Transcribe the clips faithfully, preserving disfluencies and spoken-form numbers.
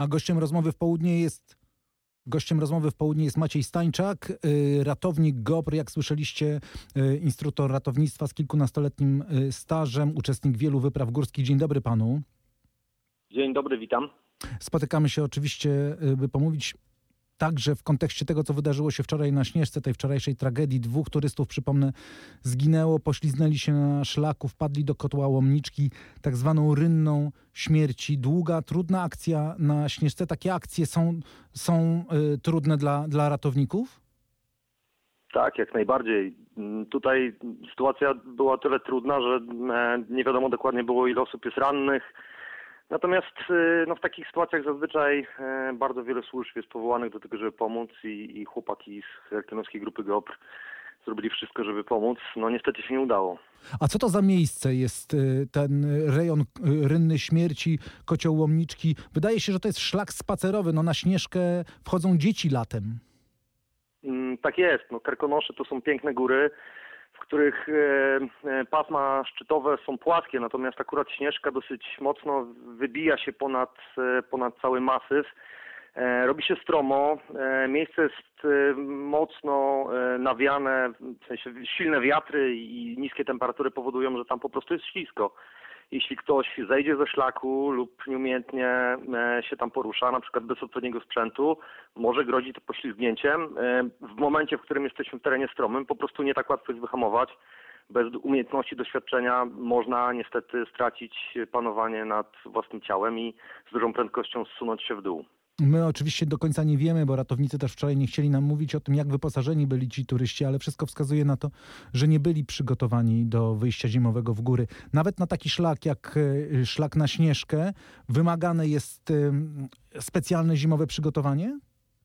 A gościem rozmowy w południe jest gościem rozmowy w południe jest Maciej Stańczak, y, ratownik GOPR, jak słyszeliście, y, instruktor ratownictwa z kilkunastoletnim y, stażem, uczestnik wielu wypraw górskich. Dzień dobry panu. Dzień dobry, witam. Spotykamy się oczywiście, y, by pomówić także w kontekście tego, co wydarzyło się wczoraj na Śnieżce, tej wczorajszej tragedii. Dwóch turystów, przypomnę, zginęło, pośliznęli się na szlaku, wpadli do kotła Łomniczki, tak zwaną rynną śmierci. Długa, trudna akcja na Śnieżce. Takie akcje są, są y, trudne dla, dla ratowników? Tak, jak najbardziej. Tutaj sytuacja była tyle trudna, że nie wiadomo dokładnie było, ile osób jest rannych. Natomiast no, w takich sytuacjach zazwyczaj bardzo wiele służb jest powołanych do tego, żeby pomóc i, i chłopaki z Herkenowskiej Grupy GOPR zrobili wszystko, żeby pomóc. No niestety się nie udało. A co to za miejsce jest ten rejon rynny śmierci, kocioł Łomniczki? Wydaje się, że to jest szlak spacerowy. No na Śnieżkę wchodzą dzieci latem. Mm, tak jest. No, Karkonosze to są piękne góry, w których e, pasma szczytowe są płaskie, natomiast akurat Śnieżka dosyć mocno wybija się ponad, e, ponad cały masyw. E, robi się stromo, e, miejsce jest e, mocno e, nawiane, w sensie silne wiatry i niskie temperatury powodują, że tam po prostu jest ślisko. Jeśli ktoś zejdzie ze szlaku lub nieumiejętnie e, się tam porusza, na przykład bez odpowiedniego sprzętu, może grozić to poślizgnięciem. E, w momencie, w którym jesteśmy w terenie stromym, po prostu nie tak łatwo jest wyhamować. Bez umiejętności, doświadczenia można niestety stracić panowanie nad własnym ciałem i z dużą prędkością zsunąć się w dół. My oczywiście do końca nie wiemy, bo ratownicy też wczoraj nie chcieli nam mówić o tym, jak wyposażeni byli ci turyści, ale wszystko wskazuje na to, że nie byli przygotowani do wyjścia zimowego w góry. Nawet na taki szlak jak szlak na Śnieżkę wymagane jest specjalne zimowe przygotowanie?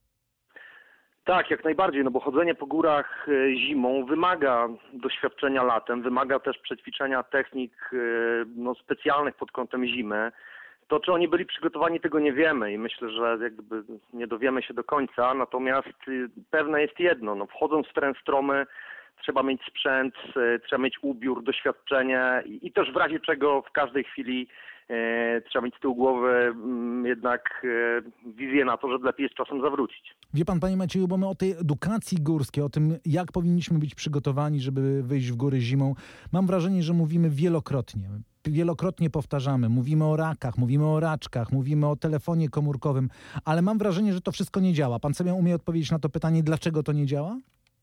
Tak, jak najbardziej, no bo chodzenie po górach zimą wymaga doświadczenia latem, wymaga też przećwiczenia technik no, specjalnych pod kątem zimy. To, czy oni byli przygotowani, tego nie wiemy i myślę, że jakby nie dowiemy się do końca, natomiast pewne jest jedno, no wchodząc w teren stromy trzeba mieć sprzęt, trzeba mieć ubiór, doświadczenie i, i też w razie czego w każdej chwili e, trzeba mieć z tyłu głowy m, jednak e, wizję na to, że lepiej jest czasem zawrócić. Wie pan, panie Macieju, bo my o tej edukacji górskiej, o tym, jak powinniśmy być przygotowani, żeby wyjść w góry zimą, mam wrażenie, że mówimy wielokrotnie. Wielokrotnie powtarzamy, mówimy o rakach, mówimy o raczkach, mówimy o telefonie komórkowym, ale mam wrażenie, że to wszystko nie działa. Pan sobie umie odpowiedzieć na to pytanie, dlaczego to nie działa?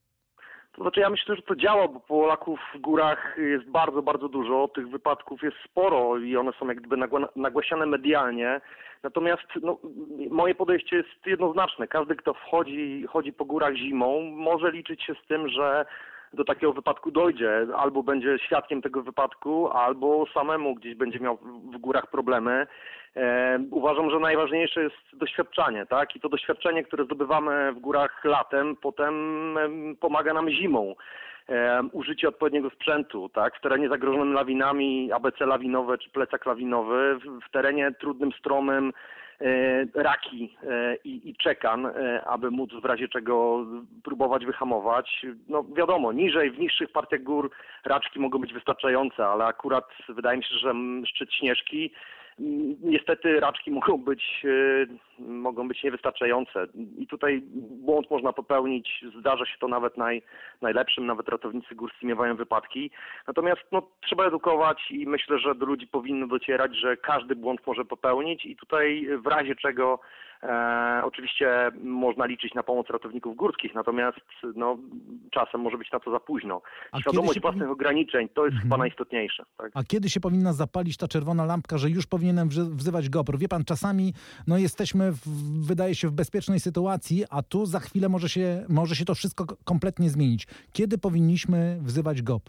To znaczy ja myślę, że to działa, bo Polaków w górach jest bardzo, bardzo dużo, tych wypadków jest sporo i one są jak gdyby nagłaśniane medialnie. Natomiast no, moje podejście jest jednoznaczne. Każdy, kto wchodzi, chodzi po górach zimą, może liczyć się z tym, że do takiego wypadku dojdzie. Albo będzie świadkiem tego wypadku, albo samemu gdzieś będzie miał w górach problemy. E, uważam, że najważniejsze jest doświadczenie, tak? I to doświadczenie, które zdobywamy w górach latem, potem e, pomaga nam zimą. E, użycie odpowiedniego sprzętu, tak? W terenie zagrożonym lawinami, A B C lawinowe czy plecak lawinowy, w, w terenie trudnym, stromym, e, raki e, i, i czekan, e, aby móc w razie czego próbować wyhamować. No wiadomo, niżej, w niższych partiach gór raczki mogą być wystarczające, ale akurat wydaje mi się, że szczyt Śnieżki, niestety raczki mogą być, mogą być niewystarczające i tutaj błąd można popełnić, zdarza się to nawet naj, najlepszym, nawet ratownicy górscy miewają wypadki. Natomiast no, trzeba edukować i myślę, że do ludzi powinno docierać, że każdy błąd może popełnić i tutaj w razie czego e, oczywiście można liczyć na pomoc ratowników górskich, natomiast no, czasem może być na to za późno. A Świadomość własnych powin... ograniczeń to jest mhm. chyba najistotniejsze. Tak? A kiedy się powinna zapalić ta czerwona lampka, że już powinienem wzywać GOPR? Wie pan, czasami no, jesteśmy, w, wydaje się, w bezpiecznej sytuacji, a tu za chwilę może się, może się to wszystko kompletnie zmienić. Kiedy powinniśmy wzywać GOPR?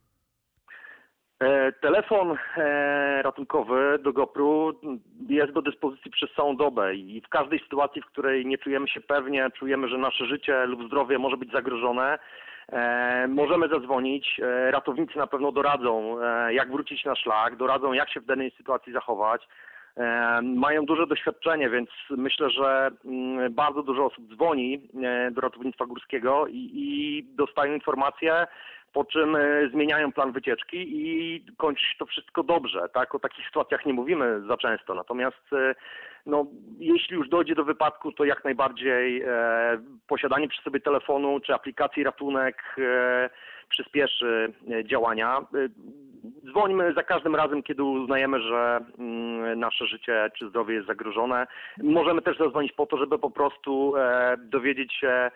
E, telefon e, ratunkowy do GOPR-u jest do dyspozycji przez całą dobę i w każdej sytuacji, w której nie czujemy się pewnie, czujemy, że nasze życie lub zdrowie może być zagrożone, E, możemy zadzwonić, e, ratownicy na pewno doradzą, e, jak wrócić na szlak, doradzą, jak się w danej sytuacji zachować. Mają duże doświadczenie, więc myślę, że bardzo dużo osób dzwoni do ratownictwa górskiego i, i dostają informacje, po czym zmieniają plan wycieczki i kończy się to wszystko dobrze. Tak? O takich sytuacjach nie mówimy za często. Natomiast no, jeśli już dojdzie do wypadku, to jak najbardziej e, posiadanie przy sobie telefonu czy aplikacji ratunek e, przyspieszy działania. Dzwońmy za każdym razem, kiedy uznajemy, że nasze życie czy zdrowie jest zagrożone. Możemy też zadzwonić po to, żeby po prostu dowiedzieć się,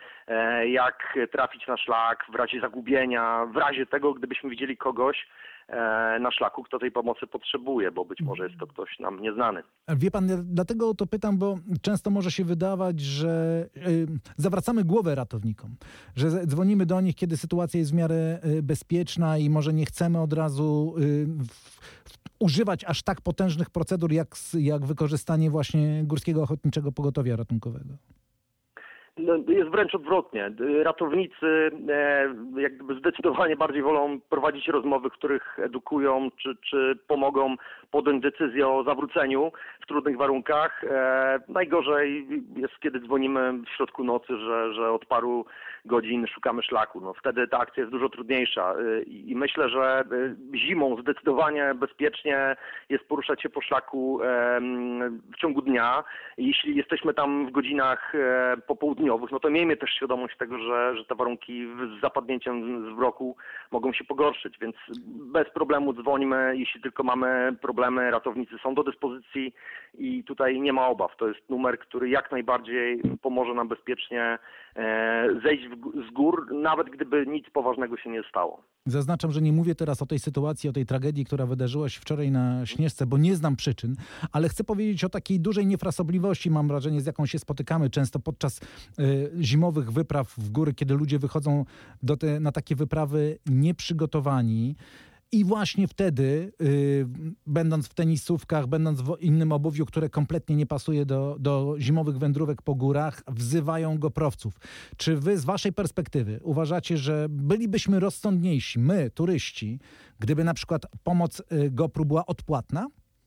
jak trafić na szlak w razie zagubienia, w razie tego, gdybyśmy widzieli kogoś na szlaku, kto tej pomocy potrzebuje, bo być może jest to ktoś nam nieznany. Wie pan, ja dlatego o to pytam, bo często może się wydawać, że y, zawracamy głowę ratownikom, że dzwonimy do nich, kiedy sytuacja jest w miarę y, bezpieczna i może nie chcemy od razu y, w, w, używać aż tak potężnych procedur, jak, jak wykorzystanie właśnie Górskiego Ochotniczego Pogotowia Ratunkowego. No, jest wręcz odwrotnie. Ratownicy e, jak gdyby zdecydowanie bardziej wolą prowadzić rozmowy, w których edukują czy, czy pomogą podjąć decyzję o zawróceniu w trudnych warunkach. E, najgorzej jest, kiedy dzwonimy w środku nocy, że, że od paru godzin szukamy szlaku. No, wtedy ta akcja jest dużo trudniejsza e, i myślę, że zimą zdecydowanie bezpiecznie jest poruszać się po szlaku e, w ciągu dnia. Jeśli jesteśmy tam w godzinach e, popołudniowych, no to miejmy też świadomość tego, że, że te warunki z zapadnięciem z wroku mogą się pogorszyć, więc bez problemu dzwońmy, jeśli tylko mamy problemy, ratownicy są do dyspozycji i tutaj nie ma obaw. To jest numer, który jak najbardziej pomoże nam bezpiecznie zejść z gór, nawet gdyby nic poważnego się nie stało. Zaznaczam, że nie mówię teraz o tej sytuacji, o tej tragedii, która wydarzyła się wczoraj na Śnieżce, bo nie znam przyczyn, ale chcę powiedzieć o takiej dużej niefrasobliwości, mam wrażenie, z jaką się spotykamy często podczas y, zimowych wypraw w góry, kiedy ludzie wychodzą do te, na takie wyprawy nieprzygotowani. I właśnie wtedy, yy, będąc w tenisówkach, będąc w innym obuwiu, które kompletnie nie pasuje do, do zimowych wędrówek po górach, wzywają goprowców. Czy wy z waszej perspektywy uważacie, że bylibyśmy rozsądniejsi, my, turyści, gdyby na przykład pomoc yy, gopru była odpłatna?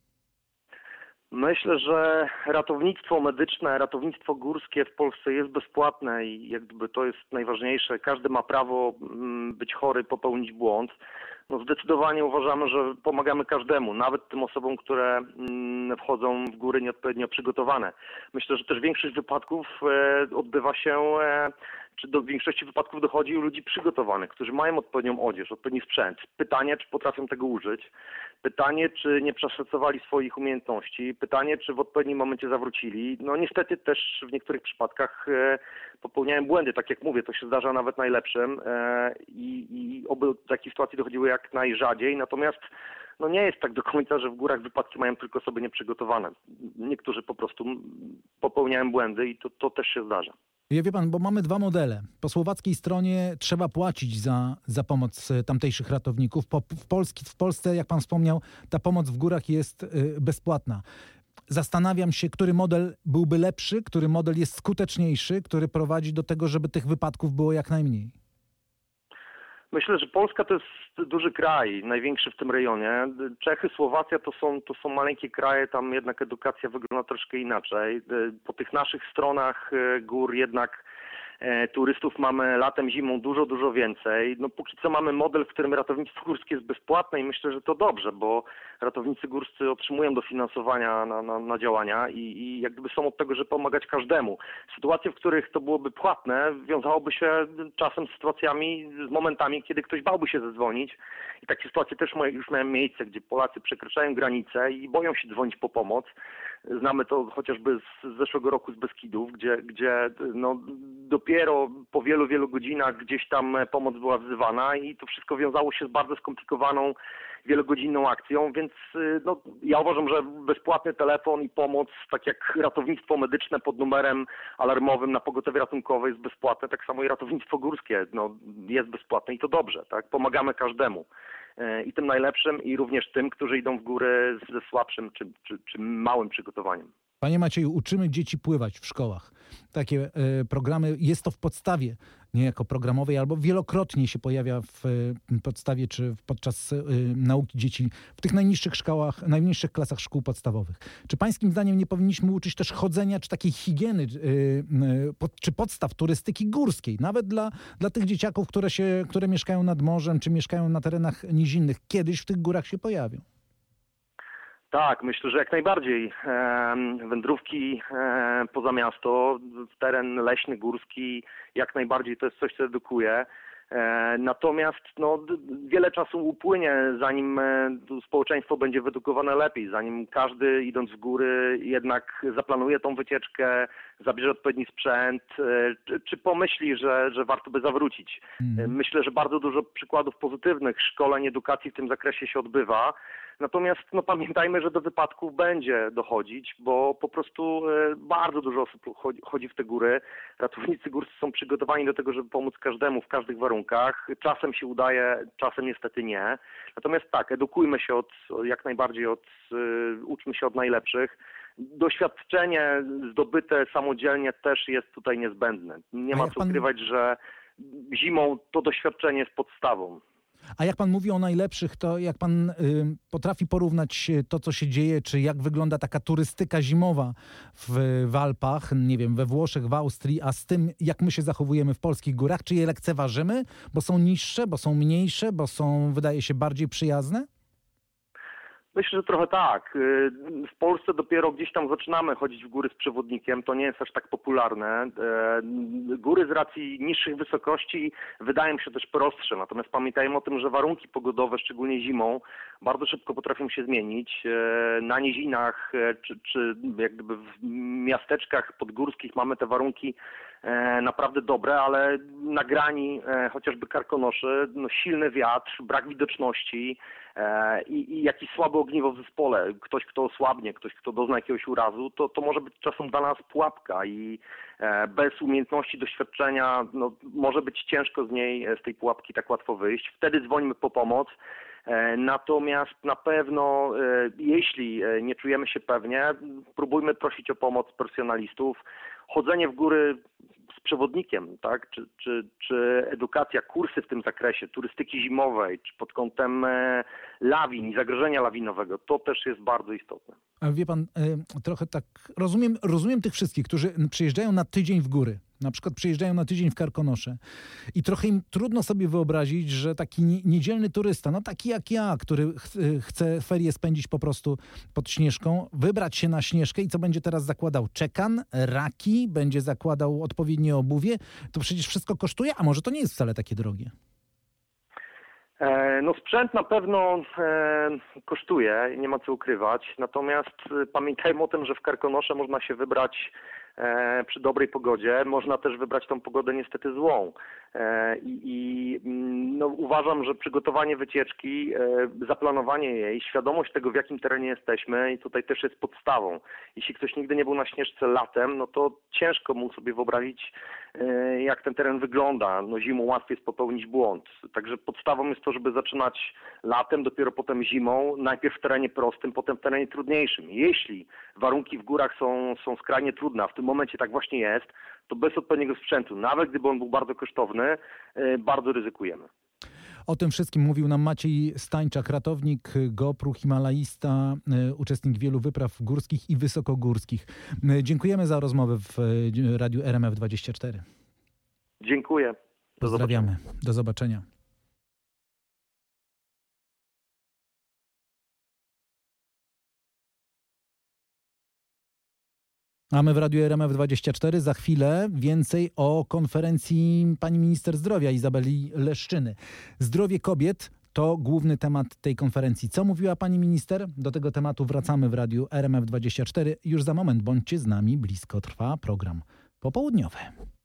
Myślę, że ratownictwo medyczne, ratownictwo górskie w Polsce jest bezpłatne i jak gdyby to jest najważniejsze. Każdy ma prawo być chory, popełnić błąd. No zdecydowanie uważamy, że pomagamy każdemu, nawet tym osobom, które wchodzą w góry nieodpowiednio przygotowane. Myślę, że też większość wypadków odbywa się, czy do większości wypadków dochodzi u ludzi przygotowanych, którzy mają odpowiednią odzież, odpowiedni sprzęt. Pytanie, czy potrafią tego użyć. Pytanie, czy nie przeszacowali swoich umiejętności. Pytanie, czy w odpowiednim momencie zawrócili. No niestety też w niektórych przypadkach popełniają błędy. Tak jak mówię, to się zdarza nawet najlepszym i, i oby do takiej sytuacji dochodziły jak najrzadziej. Natomiast no nie jest tak do końca, że w górach wypadki mają tylko osoby nieprzygotowane. Niektórzy po prostu popełniają błędy i to, to też się zdarza. Ja wie pan, bo mamy dwa modele. Po słowackiej stronie trzeba płacić za, za pomoc tamtejszych ratowników. Po, w, Polski, w Polsce, jak pan wspomniał, ta pomoc w górach jest y, bezpłatna. Zastanawiam się, który model byłby lepszy, który model jest skuteczniejszy, który prowadzi do tego, żeby tych wypadków było jak najmniej. Myślę, że Polska to jest duży kraj, największy w tym rejonie. Czechy, Słowacja to są, to są maleńkie kraje, tam jednak edukacja wygląda troszkę inaczej. Po tych naszych stronach gór jednak turystów mamy latem, zimą dużo, dużo więcej. No póki co mamy model, w którym ratownictwo górskie jest bezpłatne i myślę, że to dobrze, bo ratownicy górscy otrzymują dofinansowania na, na, na działania i, i jak gdyby są od tego, żeby pomagać każdemu. Sytuacje, w których to byłoby płatne, wiązałoby się czasem z sytuacjami, z momentami, kiedy ktoś bałby się zadzwonić. I takie sytuacje też już miałem miejsce, gdzie Polacy przekraczają granice i boją się dzwonić po pomoc. Znamy to chociażby z zeszłego roku z Beskidów, gdzie, gdzie no, dopiero po wielu, wielu godzinach gdzieś tam pomoc była wzywana i to wszystko wiązało się z bardzo skomplikowaną, wielogodzinną akcją, więc no, ja uważam, że bezpłatny telefon i pomoc, tak jak ratownictwo medyczne pod numerem alarmowym na pogotowie ratunkowe jest bezpłatne, tak samo i ratownictwo górskie no, jest bezpłatne i to dobrze, tak? Pomagamy każdemu. I tym najlepszym, i również tym, którzy idą w górę ze słabszym czy, czy, czy małym przygotowaniem. Panie Macieju, uczymy dzieci pływać w szkołach. Takie e, programy, jest to w podstawie niejako programowej, albo wielokrotnie się pojawia w e, podstawie czy podczas e, nauki dzieci w tych najniższych szkołach, najniższych klasach szkół podstawowych. Czy pańskim zdaniem nie powinniśmy uczyć też chodzenia, czy takiej higieny, e, e, pod, czy podstaw turystyki górskiej, nawet dla, dla tych dzieciaków, które, się, które mieszkają nad morzem, czy mieszkają na terenach nizinnych, kiedyś w tych górach się pojawią? Tak, myślę, że jak najbardziej. Wędrówki poza miasto, w teren leśny, górski, jak najbardziej to jest coś, co edukuje. Natomiast no, wiele czasu upłynie, zanim społeczeństwo będzie wyedukowane lepiej, zanim każdy, idąc w góry, jednak zaplanuje tą wycieczkę, zabierze odpowiedni sprzęt, czy, czy pomyśli, że, że warto by zawrócić. Mm. Myślę, że bardzo dużo przykładów pozytywnych szkoleń, edukacji w tym zakresie się odbywa. Natomiast no, pamiętajmy, że do wypadków będzie dochodzić, bo po prostu bardzo dużo osób chodzi, chodzi w te góry. Ratownicy górscy są przygotowani do tego, żeby pomóc każdemu w każdych warunkach. Czasem się udaje, czasem niestety nie. Natomiast tak, edukujmy się od, jak najbardziej od, uczmy się od najlepszych. Doświadczenie zdobyte samodzielnie też jest tutaj niezbędne. Nie ma co pan... ukrywać, że zimą to doświadczenie jest podstawą. A jak pan mówi o najlepszych, to jak pan y, potrafi porównać to, co się dzieje, czy jak wygląda taka turystyka zimowa w, w Alpach, nie wiem, we Włoszech, w Austrii, a z tym, jak my się zachowujemy w polskich górach? Czy je lekceważymy, bo są niższe, bo są mniejsze, bo są, wydaje się, bardziej przyjazne? Myślę, że trochę tak. W Polsce dopiero gdzieś tam zaczynamy chodzić w góry z przewodnikiem. To nie jest aż tak popularne. Góry z racji niższych wysokości wydają się też prostsze. Natomiast pamiętajmy o tym, że warunki pogodowe, szczególnie zimą, bardzo szybko potrafią się zmienić. Na nizinach czy, czy jak gdyby w miasteczkach podgórskich mamy te warunki naprawdę dobre, ale na grani chociażby Karkonoszy, no silny wiatr, brak widoczności i, i jakieś słabe ogniwo w zespole. Ktoś, kto osłabnie, ktoś, kto dozna jakiegoś urazu, to, to może być czasem dla nas pułapka i bez umiejętności, doświadczenia no, może być ciężko z niej, z tej pułapki tak łatwo wyjść. Wtedy dzwonimy po pomoc. Natomiast na pewno, jeśli nie czujemy się pewnie, próbujmy prosić o pomoc profesjonalistów. Chodzenie w góry z przewodnikiem, tak? czy, czy, czy edukacja, kursy w tym zakresie, turystyki zimowej, czy pod kątem lawin i zagrożenia lawinowego, to też jest bardzo istotne. A wie pan, trochę tak, rozumiem, rozumiem tych wszystkich, którzy przyjeżdżają na tydzień w góry. Na przykład przyjeżdżają na tydzień w Karkonosze i trochę im trudno sobie wyobrazić, że taki niedzielny turysta, no taki jak ja, który ch- chce ferie spędzić po prostu pod Śnieżką, wybrać się na Śnieżkę i co będzie teraz zakładał? Czekan, raki, będzie zakładał odpowiednie obuwie? To przecież wszystko kosztuje, a może to nie jest wcale takie drogie? No sprzęt na pewno e, kosztuje, nie ma co ukrywać, natomiast pamiętajmy o tym, że w Karkonosze można się wybrać e, przy dobrej pogodzie, można też wybrać tą pogodę niestety złą. E, I no, uważam, że przygotowanie wycieczki, e, zaplanowanie jej, świadomość tego, w jakim terenie jesteśmy i tutaj też jest podstawą. Jeśli ktoś nigdy nie był na Śnieżce latem, no to ciężko mu sobie wyobrazić, e, jak ten teren wygląda. No zimą łatwiej jest popełnić błąd. Także podstawą jest to, żeby zaczynać latem, dopiero potem zimą, najpierw w terenie prostym, potem w terenie trudniejszym. Jeśli warunki w górach są, są skrajnie trudne, a w tym momencie tak właśnie jest, to bez odpowiedniego sprzętu, nawet gdyby on był bardzo kosztowny, bardzo ryzykujemy. O tym wszystkim mówił nam Maciej Stańczak, ratownik, GoPru, himalaista, uczestnik wielu wypraw górskich i wysokogórskich. Dziękujemy za rozmowę w Radiu R M F dwadzieścia cztery. Dziękuję. Do Pozdrawiamy. zobaczenia. Do zobaczenia. A my w Radiu R M F dwadzieścia cztery za chwilę więcej o konferencji pani minister zdrowia Izabeli Leszczyny. Zdrowie kobiet to główny temat tej konferencji. Co mówiła pani minister? Do tego tematu wracamy w Radiu R M F dwadzieścia cztery. Już za moment bądźcie z nami, blisko trwa program popołudniowy.